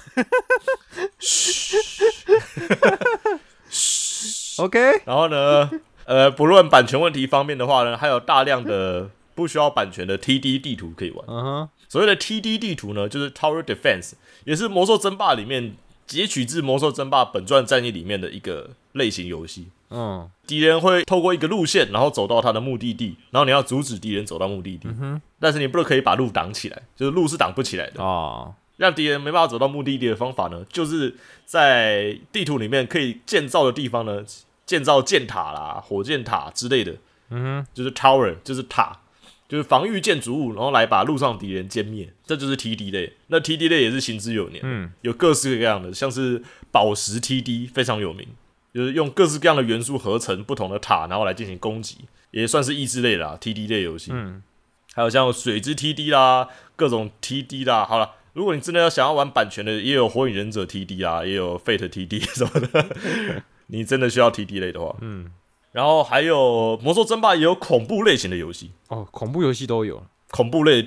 ？OK。 然后呢，不论版权问题方面的话呢，还有大量的不需要版权的 TD 地图可以玩。所谓的 TD 地图呢，就是 Tower Defense， 也是魔兽争霸里面截取自魔兽争霸本传战役里面的一个类型游戏。敌人会透过一个路线，然后走到他的目的地，然后你要阻止敌人走到目的地。但是你不可以把路挡起来，就是路是挡不起来的。让敌人没办法走到目的地的方法呢，就是在地图里面可以建造的地方呢，建造箭塔啦、火箭塔之类的。就是 Tower， 就是塔。就是防御建筑物，然后来把路上敌人歼灭，这就是 TD 类。那 TD 类也是行之有年，有各式各样的，像是宝石 TD 非常有名，就是用各式各样的元素合成不同的塔，然后来进行攻击，也算是益智类啦 TD 类遊戲。还有像水之 TD 啦，各种 TD 啦。好了，如果你真的想要玩版权的，也有火影忍者 TD 啦，也有 Fate TD 什么的。你真的需要 TD 类的话，然后还有魔兽争霸也有恐怖类型的游戏恐怖游戏都有， 恐怖类的地图，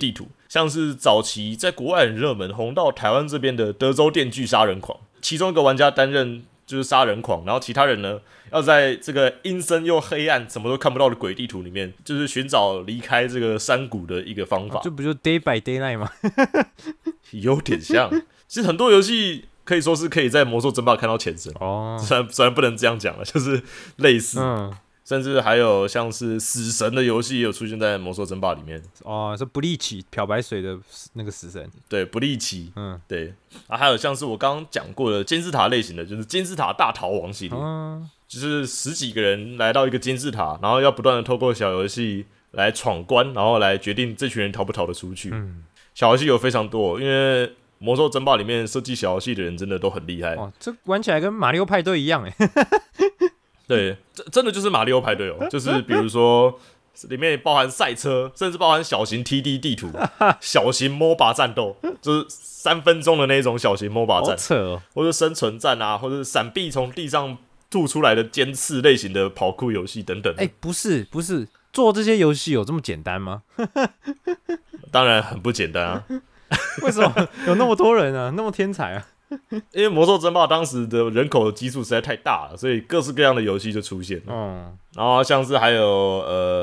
像是早期在国外很热门，红到台湾这边的德州电锯杀人狂，其中一个玩家担任就是杀人狂，然后其他人呢要在这个阴森又黑暗、什么都看不到的鬼地图里面，就是寻找离开这个山谷的一个方法。 这不就 Day by Daylight 吗？ 有点像。其实很多游戏可以说是可以在魔兽争霸看到前身哦， 虽然不能这样讲了，就是类似。甚至还有像是死神的游戏也有出现在魔兽争霸里面哦，是不利奇漂白水的那个死神， 对，不利奇，对啊，还有像是我刚刚讲过的金字塔类型的，就是金字塔大逃亡系列，就是10几个人来到一个金字塔，然后要不断的透过小游戏来闯关，然后来决定这群人逃不逃得出去。小游戏有非常多，因为魔兽争霸里面设计小游戏的人真的都很厉害。 哦，这玩起来跟马里奥派对一样哎。 对，真的就是马里奥派对哦，就是比如说里面包含赛车，甚至包含小型 TD 地图、小型 MOBA 战斗，就是3分钟的那种小型 MOBA 战， 好扯哦， 或者生存战啊，或者闪避从地上吐出来的尖刺类型的跑酷游戏等等。 不是，做这些游戏有这么简单吗？ 当然很不简单啊。 为什么有那么多人啊，那么天才啊？ 因为魔兽争霸当时的人口的基数实在太大了，所以各式各样的游戏就出现了。然后像是还有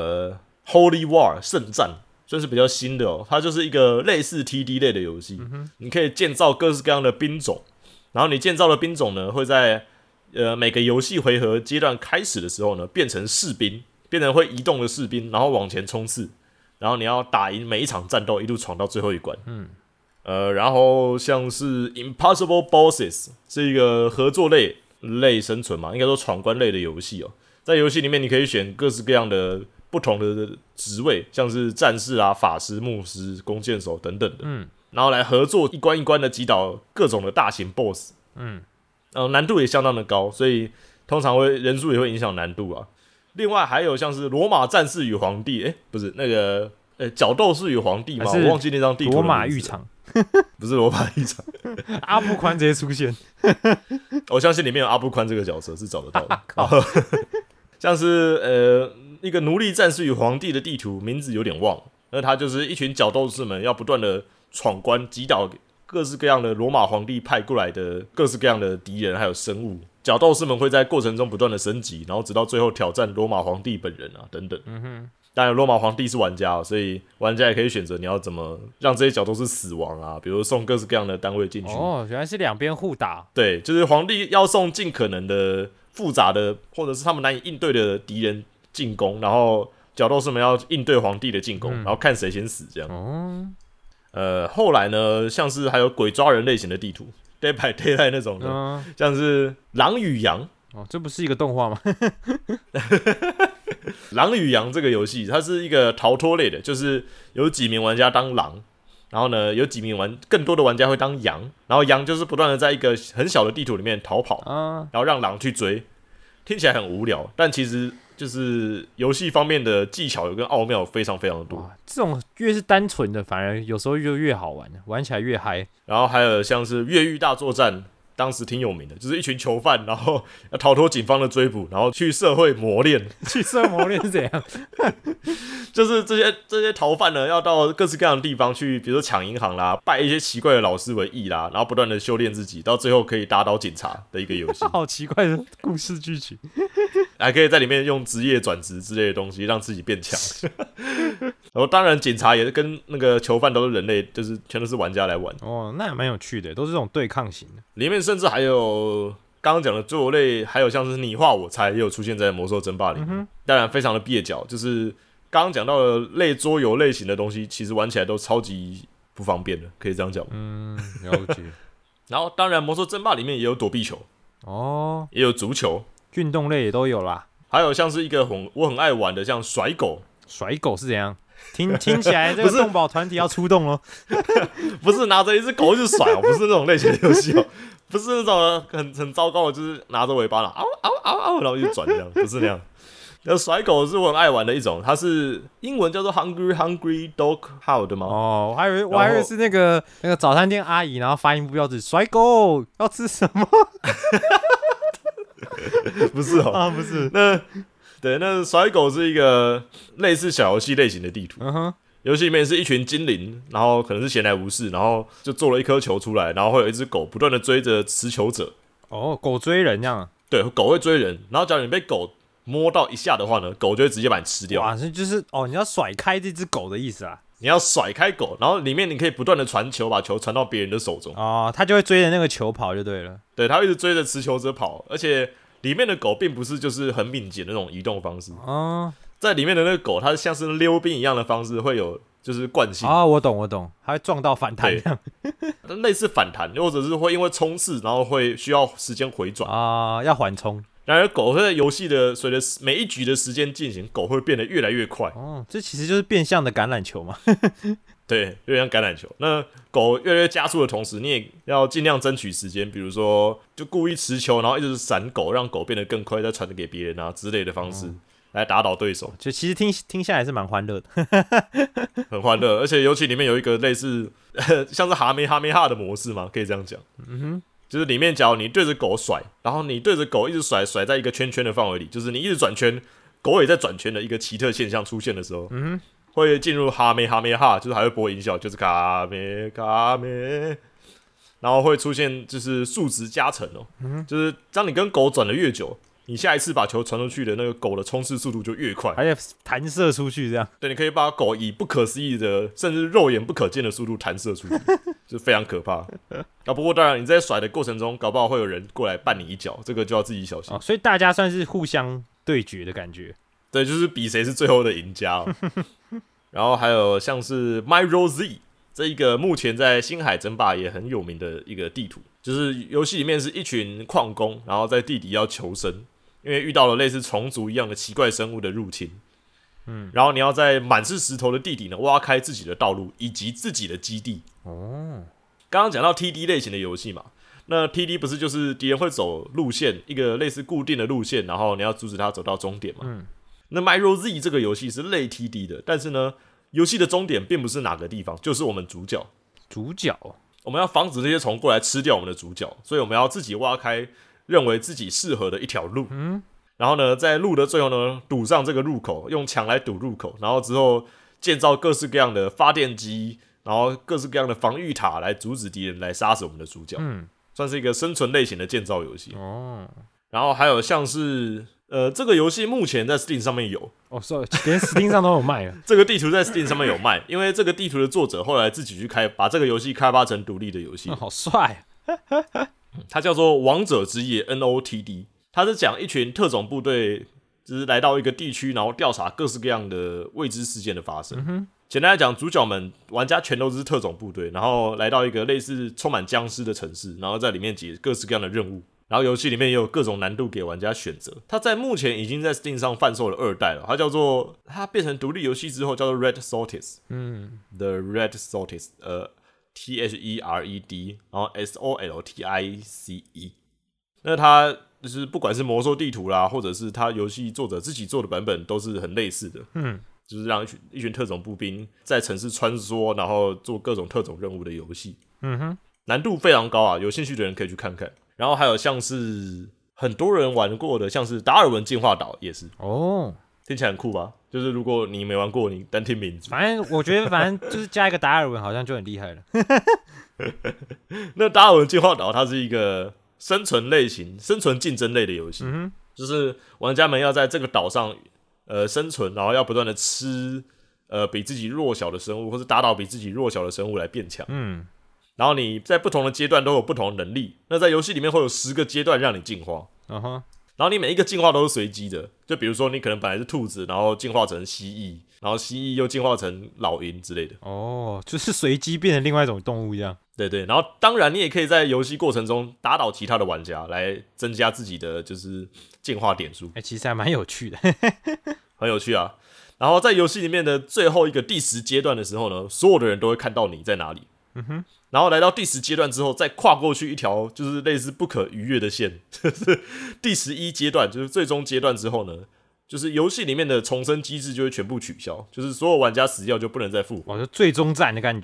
Holy War 圣战，算是比较新的哦，它就是一个类似 TD 类的游戏。你可以建造各式各样的兵种，然后你建造的兵种呢会在每个游戏回合阶段开始的时候呢变成士兵，变成会移动的士兵，然后往前冲刺，然后你要打赢每一场战斗，一路闯到最后一关。然后像是 Impossible Bosses 是一个合作类生存嘛，应该说闯关类的游戏哦。在游戏里面，你可以选各式各样的不同的职位，像是战士啊、法师、牧师、弓箭手等等的。然后来合作一关一关的击倒各种的大型 BOSS。难度也相当的高，所以通常人数也会影响难度啊。另外还有像是罗马战士与皇帝，不是那个角斗士与皇帝吗？我忘记那张地图了。 罗马浴场。 不是罗马浴场， 阿布宽直接出现。 我相信里面有阿布宽这个角色是找得到的。像是一个奴隶战士与皇帝的地图，名字有点忘了。那它就是一群角斗士们要不断的闯关，击倒各式各样的罗马皇帝派过来的各式各样的敌人还有生物。角斗士们会在过程中不断的升级，然后直到最后挑战罗马皇帝本人啊等等。当然，罗马皇帝是玩家，所以玩家也可以选择你要怎么让这些角斗士死亡啊，比如送各式各样的单位进去。 哦，原来是两边互打。 对，就是皇帝要送尽可能的复杂的，或者是他们难以应对的敌人进攻，然后角斗士们要应对皇帝的进攻，然后看谁先死这样。后来呢，像是还有鬼抓人类型的地图 ，Day by Daylight 那种的，像是狼与羊。 哦，这不是一个动画吗？ 狼与羊这个游戏，它是一个逃脱类的，就是有几名玩家当狼，然后呢，有几名更多的玩家会当羊，然后羊就是不断的在一个很小的地图里面逃跑，然后让狼去追。听起来很无聊，但其实就是游戏方面的技巧跟奥妙非常非常的多。 这种越是单纯的，反而有时候就越好玩，玩起来越嗨。 然后还有像是越狱大作战。当时挺有名的，就是一群囚犯，然后要逃脱警方的追捕，然后去社会磨练。 去社会磨练是怎样？ 就是这些逃犯呢，要到各式各样的地方去，比如说抢银行啦，拜一些奇怪的老师为义啦，然后不断的修炼自己，到最后可以打倒警察的一个游戏。 好奇怪的故事剧情， 还可以在里面用职业转职之类的东西让自己变强。然后当然警察也是跟那个囚犯都是人类，就是全都是玩家来玩。 哦，那也蛮有趣的，都是这种对抗型的。 里面甚至还有刚刚讲的桌游类，还有像是你画我猜，也有出现在魔兽争霸里面。当然非常的蹩脚，就是刚刚讲到的类桌游类型的东西，其实玩起来都超级不方便的，可以这样讲。 了解。 然后当然魔兽争霸里面也有躲避球，也有足球， 运动类也都有啦。 还有像是一个我很爱玩的，像甩狗。 甩狗是怎样？听起来这个动保团体要出动咯。 不是拿着一只狗去甩不是那种类型的游戏不是那种很糟糕的，就是拿着尾巴嗷嗷嗷嗷，然后就转这样，不是那样。那甩狗是我很爱玩的一种，它是英文叫做 Hungry Dog How 的吗？ 我还以为是那个早餐店阿姨，然后发音不标准，甩狗要吃什么？ 不是不是那。对，那甩狗是一个类似小游戏类型的地图， 游戏里面是一群精灵，然后可能是闲来无事，然后就做了一颗球出来，然后会有一只狗不断的追着持球者。 哦，狗追人这样。 对，狗会追人，然后假如你被狗摸到一下的话呢，狗就会直接把你吃掉。 哇，这就是你要甩开这只狗的意思啊。 你要甩开狗，然后里面你可以不断的传球，把球传到别人的手中。 哦，它就会追着那个球跑就对了。 对，它会一直追着持球者跑，而且里面的狗并不是就是很敏捷的那种移动方式。 哦， 在里面的那个狗，它像是溜冰一样的方式，会有就是惯性。 我懂，它会撞到反弹这样。 类似反弹，或者是会因为冲刺，然后会需要时间回转要缓冲。 然而，狗会在游戏的随着每一局的时间进行，狗会变得越来越快。 这其实就是变相的橄榄球嘛。 对，有点像橄榄球。那狗越来越加速的同时，你也要尽量争取时间，比如说就故意持球，然后一直闪狗，让狗变得更快，再传给别人之类的方式。来打倒对手， 就其实听下来是蛮欢乐的， 很欢乐，而且尤其里面有一个类似像是哈梅哈的模式嘛，可以这样讲。就是里面假如你对着狗甩，然后你对着狗一直甩在一个圈圈的范围里，就是你一直转圈，狗也在转圈的一个奇特现象出现的时候，会进入哈梅哈，就是还会播音效，就是卡梅，然后会出现就是数值加成就是当你跟狗转的越久，你下一次把球传出去的那个狗的冲刺速度就越快， 还有弹射出去这样。 对，你可以把狗以不可思议的，甚至肉眼不可见的速度弹射出去，就非常可怕。不过当然你在甩的过程中，搞不好会有人过来绊你一脚，这个就要自己小心。 所以大家算是互相对决的感觉。 对，就是比谁是最后的赢家。然后还有像是 Myro Z 这一个目前在星海争霸也很有名的一个地图，就是游戏里面是一群矿工，然后在地底要求生。因为遇到了类似虫族一样的奇怪生物的入侵，然后你要在满是石头的地底呢挖开自己的道路以及自己的基地。刚刚讲到 TD 类型的游戏嘛，那 TD 不是就是敌人会走路线，一个类似固定的路线，然后你要阻止他走到终点嘛。那 Myro Z 这个游戏是类 TD 的，但是呢，游戏的终点并不是哪个地方，就是我们主角。我们要防止这些虫过来吃掉我们的主角，所以我们要自己挖开认为自己适合的一条路，然后呢，在路的最后呢，堵上这个入口，用墙来堵入口，然后之后建造各式各样的发电机，然后各式各样的防御塔来阻止敌人来杀死我们的主角，算是一个生存类型的建造游戏。然后还有像是这个游戏目前在 Steam 上面有连 Steam 上都有卖了。 这个地图在 Steam 上面有卖，因为这个地图的作者后来自己去把这个游戏开发成独立的游戏。 好帅它叫做《王者之夜》NOTD， 它是讲一群特种部队就是来到一个地区，然后调查各式各样的未知事件的发生。简单来讲，主角们玩家全都是特种部队，然后来到一个类似充满僵尸的城市，然后在里面解各式各样的任务。然后游戏里面也有各种难度给玩家选择。它在目前已经在 Steam 上贩售了2代了，它变成独立游戏之后叫做 Red Solstice，The Red Solstice，THERED， 然后 SOLTICE。那它就是不管是魔兽地图啦，或者是它游戏作者自己做的版本，都是很类似的。就是让一群特种步兵在城市穿梭，然后做各种特种任务的游戏。难度非常高啊，有兴趣的人可以去看看。然后还有像是很多人玩过的，像是达尔文进化岛也是。听起来很酷吧？就是如果你没玩过，你单听名字， 反正我觉得就是加一个达尔文好像就很厉害了。 那达尔文进化岛它是一个生存竞争类的游戏，就是玩家们要在这个岛上生存，然后要不断的吃比自己弱小的生物，或是打倒比自己弱小的生物来变强。然后你在不同的阶段都有不同的能力。那在游戏里面会有10个阶段让你进化。然后你每一个进化都是随机的，就比如说你可能本来是兔子，然后进化成蜥蜴，然后蜥蜴又进化成老鹰之类的。 就是随机变成另外一种动物这样。 对，然后当然你也可以在游戏过程中打倒其他的玩家，来增加自己的就是进化点数。 其实还蛮有趣的。 很有趣啊。然后在游戏里面的最后一个第10阶段的时候呢，所有的人都会看到你在哪里。然后来到第10阶段之后，再跨过去一条就是类似不可逾越的线，就是第11阶段，就是最终阶段之后呢，就是游戏里面的重生机制就会全部取消，就是所有玩家死掉就不能再复活。 就最终战的感觉。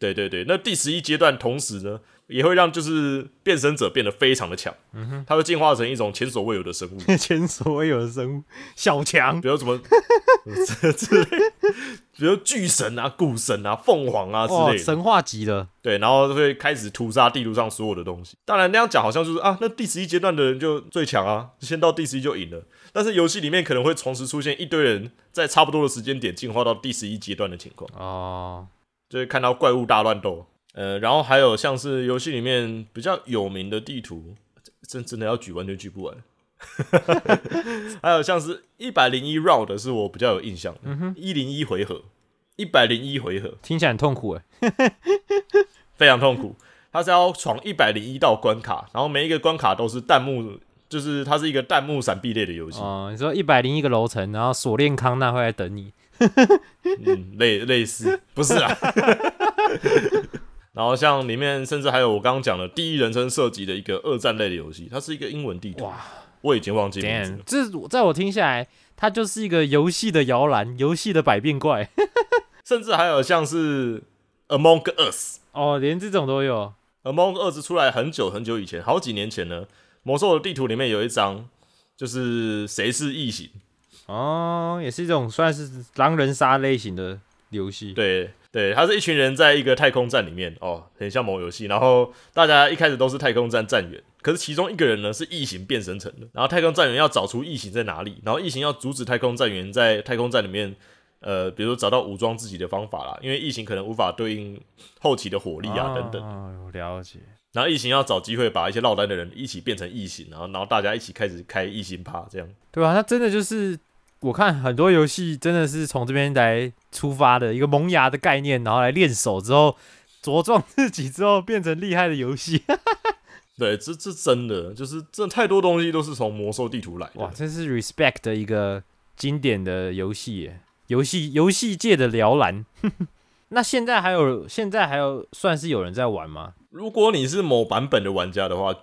对对对，那第11阶段同时呢，也会让就是变身者变得非常的强，它会进化成一种前所未有的生物， 前所未有的生物，小强， 比如什么之类，比如巨神啊、古神啊、凤凰啊之类的， 神话级的。 对，然后会开始屠杀地图上所有的东西。当然那样讲好像就是啊，那第11阶段的人就最强啊，先到第11就赢了。但是游戏里面可能会同时出现一堆人在差不多的时间点进化到第11阶段的情况哦， 就会看到怪物大乱斗。然后还有像是游戏里面比较有名的地图，真的要举完全举不完。还有像是101 round 是我比较有印象的，101回合，101回合听起来很痛苦哎， 非常痛苦。它是要闯101道关卡，然后每一个关卡都是弹幕，就是它是一个弹幕闪避类的游戏。 哦，你说101个楼层，然后锁链康纳会来等你。 类似，不是啊。然后像里面甚至还有我刚刚讲的第一人称射击的一个二战类的游戏，它是一个英文地图。哇，我已经忘记名字了。 这在我听下来，它就是一个游戏的摇篮，游戏的百变怪。 甚至还有像是 Among Us， 哦，连这种都有。 Among Us 出来很久很久以前，好几年前呢，魔兽的地图里面有一张就是谁是异形。 哦，也是一种算是狼人杀类型的游戏。 对对，它是一群人在一个太空站里面，哦，很像某游戏。然后大家一开始都是太空站站员，可是其中一个人呢是异形变身成的。然后太空站员要找出异形在哪里，然后异形要阻止太空站员在太空站里面，比如说找到武装自己的方法啦，因为异形可能无法对应后期的火力啊等等。 哦，我了解。 然后异形要找机会把一些落单的人一起变成异形，然后大家一起开始开异形趴，这样。 对啊，它真的就是我看很多游戏真的是从这边来出发的一个萌芽的概念，然后来练手之后茁壮自己之后变成厉害的游戏。 对，这真的就是真的太多东西都是从魔兽地图来的。 哇，这是 respect 的一个经典的游戏耶，游戏界的摇篮。那现在还有算是有人在玩吗？ 如果你是某版本的玩家的话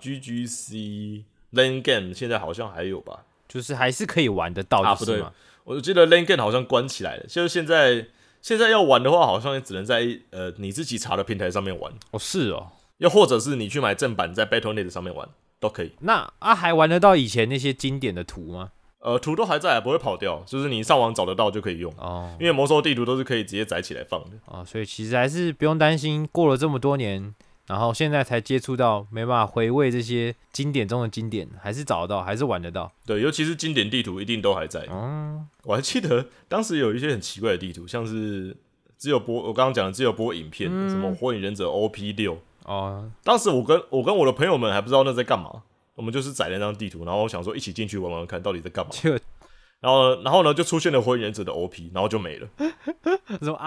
，GGC Lane Game 现在好像还有吧？ 就是还是可以玩得到，就是吗？ 不对，我记得 Lane Game 好像关起来了，就是现在要玩的话，好像也只能在你自己查的平台上面玩。 哦，是哦。 又或者是你去买正版，在 Battle.net 上面玩都可以。 那还玩得到以前那些经典的图吗？ 图都还在，不会跑掉，就是你上网找得到就可以用。哦，因为魔兽地图都是可以直接载起来放的。 哦，所以其实还是不用担心，过了这么多年，然后现在才接触到，没办法回味这些经典中的经典，还是找得到，还是玩得到。 对，尤其是经典地图一定都还在。我还记得当时有一些很奇怪的地图，像是我刚刚讲的只有播影片，什么火影忍者 OP6。哦，当时我跟我的朋友们还不知道那在干嘛，我们就是载那张地图，然后想说一起进去玩玩看到底在干嘛。然后呢就出现了火影忍者的 OP， 然后就没了。 什么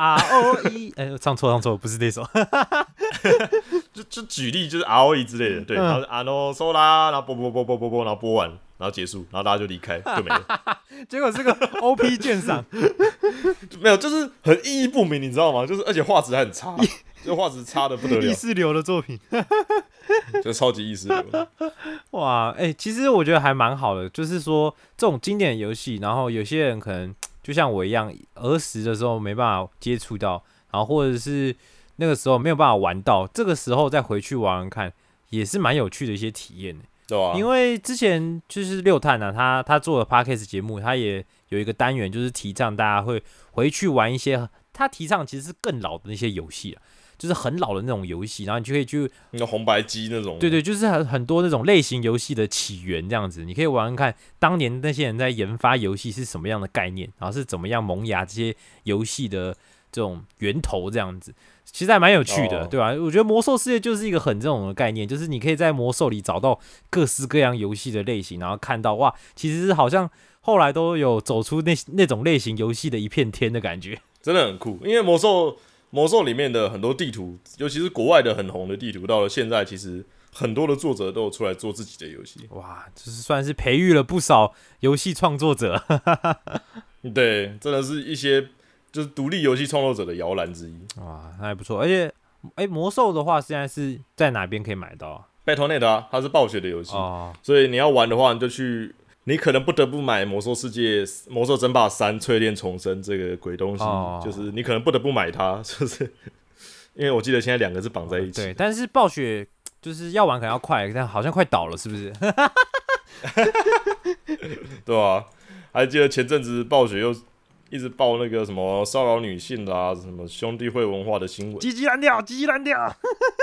ROE？ 唱错，不是那首。 就举例就是 ROE 之类的，对，然后阿诺收啦，然后播，然后播完，然后结束，然后大家就离开，就没了。 结果是个 OP 鉴赏， 没有，就是很意义不明，你知道吗？就是而且画质还很差，就画质差的不得了， 意识流的作品， 就超级意识流。 哇，其实我觉得还蛮好的，就是说这种经典的游戏，然后有些人可能就像我一样，儿时的时候没办法接触到，然后或者是那个时候没有办法玩到，这个时候再回去玩玩看，也是蛮有趣的一些体验的。 对啊， 因为之前就是六探啊，他做的 podcast 节目，他也有一个单元，就是提倡大家会回去玩一些，他提倡其实是更老的那些游戏啊，就是很老的那种游戏，然后你就可以去那个红白机那种， 对，就是很多那种类型游戏的起源这样子，你可以玩玩看当年那些人在研发游戏是什么样的概念，然后是怎么样萌芽这些游戏的这种源头这样子。其实还蛮有趣的，对吧？我觉得魔兽世界就是一个很这种的概念，就是你可以在魔兽里找到各式各样游戏的类型，然后看到哇，其实好像后来都有走出那种类型游戏的一片天的感觉， 真的很酷。因为魔兽里面的很多地图，尤其是国外的很红的地图，到了现在其实很多的作者都有出来做自己的游戏。 哇，就是算是培育了不少游戏创作者。 对，真的是一些。就是独立游戏创作者的摇篮之一， 哇，那还不错。而且，魔兽的话，现在是在哪边可以买到啊 ？Battle.net 啊，它是暴雪的游戏，所以你要玩的话，你可能不得不买《魔兽世界》《魔兽争霸3：淬炼重生》这个鬼东西，就是你可能不得不买它，就是因为我记得现在2个是绑在一起。 对，但是暴雪就是要玩可能要快，但好像快倒了，是不是？ 对啊，还记得前阵子暴雪又一直爆那个什么骚扰女性啦、什么兄弟会文化的新闻， 鸡鸡烂掉，鸡鸡烂掉。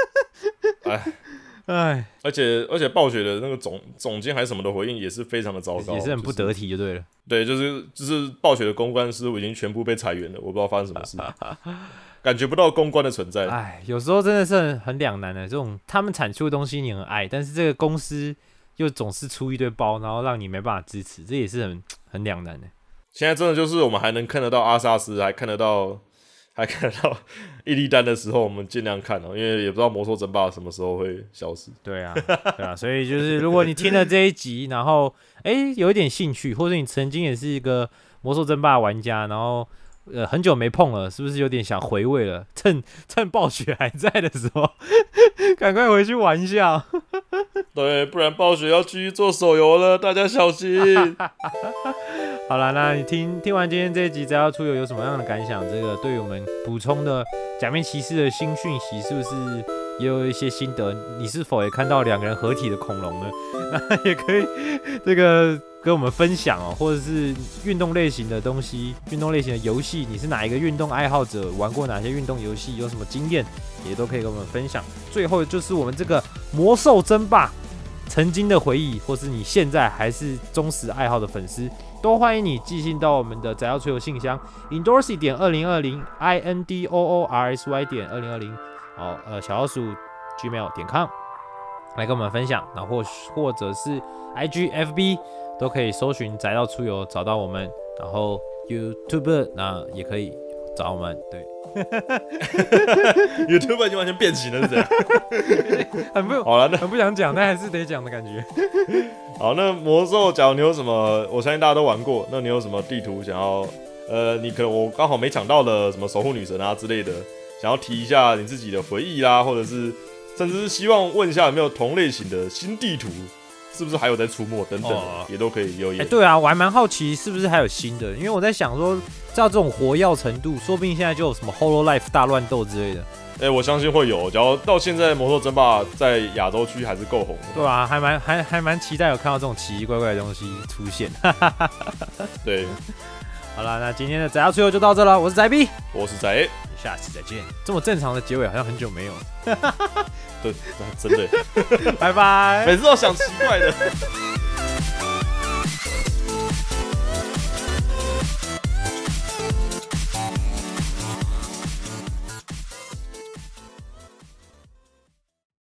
哎， 而且暴雪的那个总监还是什么的回应也是非常的糟糕， 也是很不得体，就对了。 对，就是暴雪的公关师傅已经全部被裁员了，我不知道发生什么事，感觉不到公关的存在。 哎，有时候真的是很两难的，这种他们产出的东西你很爱，但是这个公司又总是出一堆包，然后让你没办法支持，这也是很两难的。 现在真的就是我们还能看得到阿萨斯，还看得到伊利丹的时候，我们尽量看哦，因为也不知道魔兽争霸什么时候会消失。 对啊，所以就是如果你听了这一集，然后有一点兴趣，或者你曾经也是一个魔兽争霸玩家，然后很久没碰了，是不是有点想回味了？趁暴雪还在的时候，赶快回去玩一下。 对，不然暴雪要继续做手游了，大家小心。 好啦，那你听完今天这一集，只要出游有什么样的感想？这个对于我们补充的假面骑士的新讯息，是不是也有一些心得？你是否也看到2个人合体的恐龙呢？那也可以这个跟我们分享哦，或者是运动类型的东西、运动类型的游戏，你是哪一个运动爱好者？玩过哪些运动游戏？有什么经验，也都可以跟我们分享。最后就是我们这个魔兽争霸曾经的回忆，或是你现在还是忠实爱好的粉丝，都欢迎你寄信到我们的宅要吹油信箱 indorsy.2020 indoorsy.2020小老鼠 gmail.com 来跟我们分享，然后或者是 IG、FB 都可以搜寻宅到出游找到我们，然后 YouTube 那也可以找我们。对 ，YouTube 已经完全变形了，是这样。好了， 很不想讲，但还是得讲的感觉。 好，那魔兽，假如你有什么，我相信大家都玩过，那你有什么地图想要，你可能我刚好没抢到的什么守护女神啊之类的，想要提一下你自己的回忆啦，或者是甚至是希望问一下有没有同类型的新地图，是不是还有在出没等等，也都可以留言。 对啊，我还蛮好奇是不是还有新的，因为我在想说，照这种活跃程度，说不定现在就有什么 Hololive 大乱斗之类的。 我相信会有，只要到现在魔兽争霸在亚洲区还是够红的。 对啊，还蛮期待有看到这种奇奇怪怪的东西出现。 对， 好啦，那今天的宅要吹油就到这了，我是宅 B， 我是宅 A， 下次再见。这么正常的结尾好像很久没有。 对，真的。 拜拜。 每次都想奇怪的。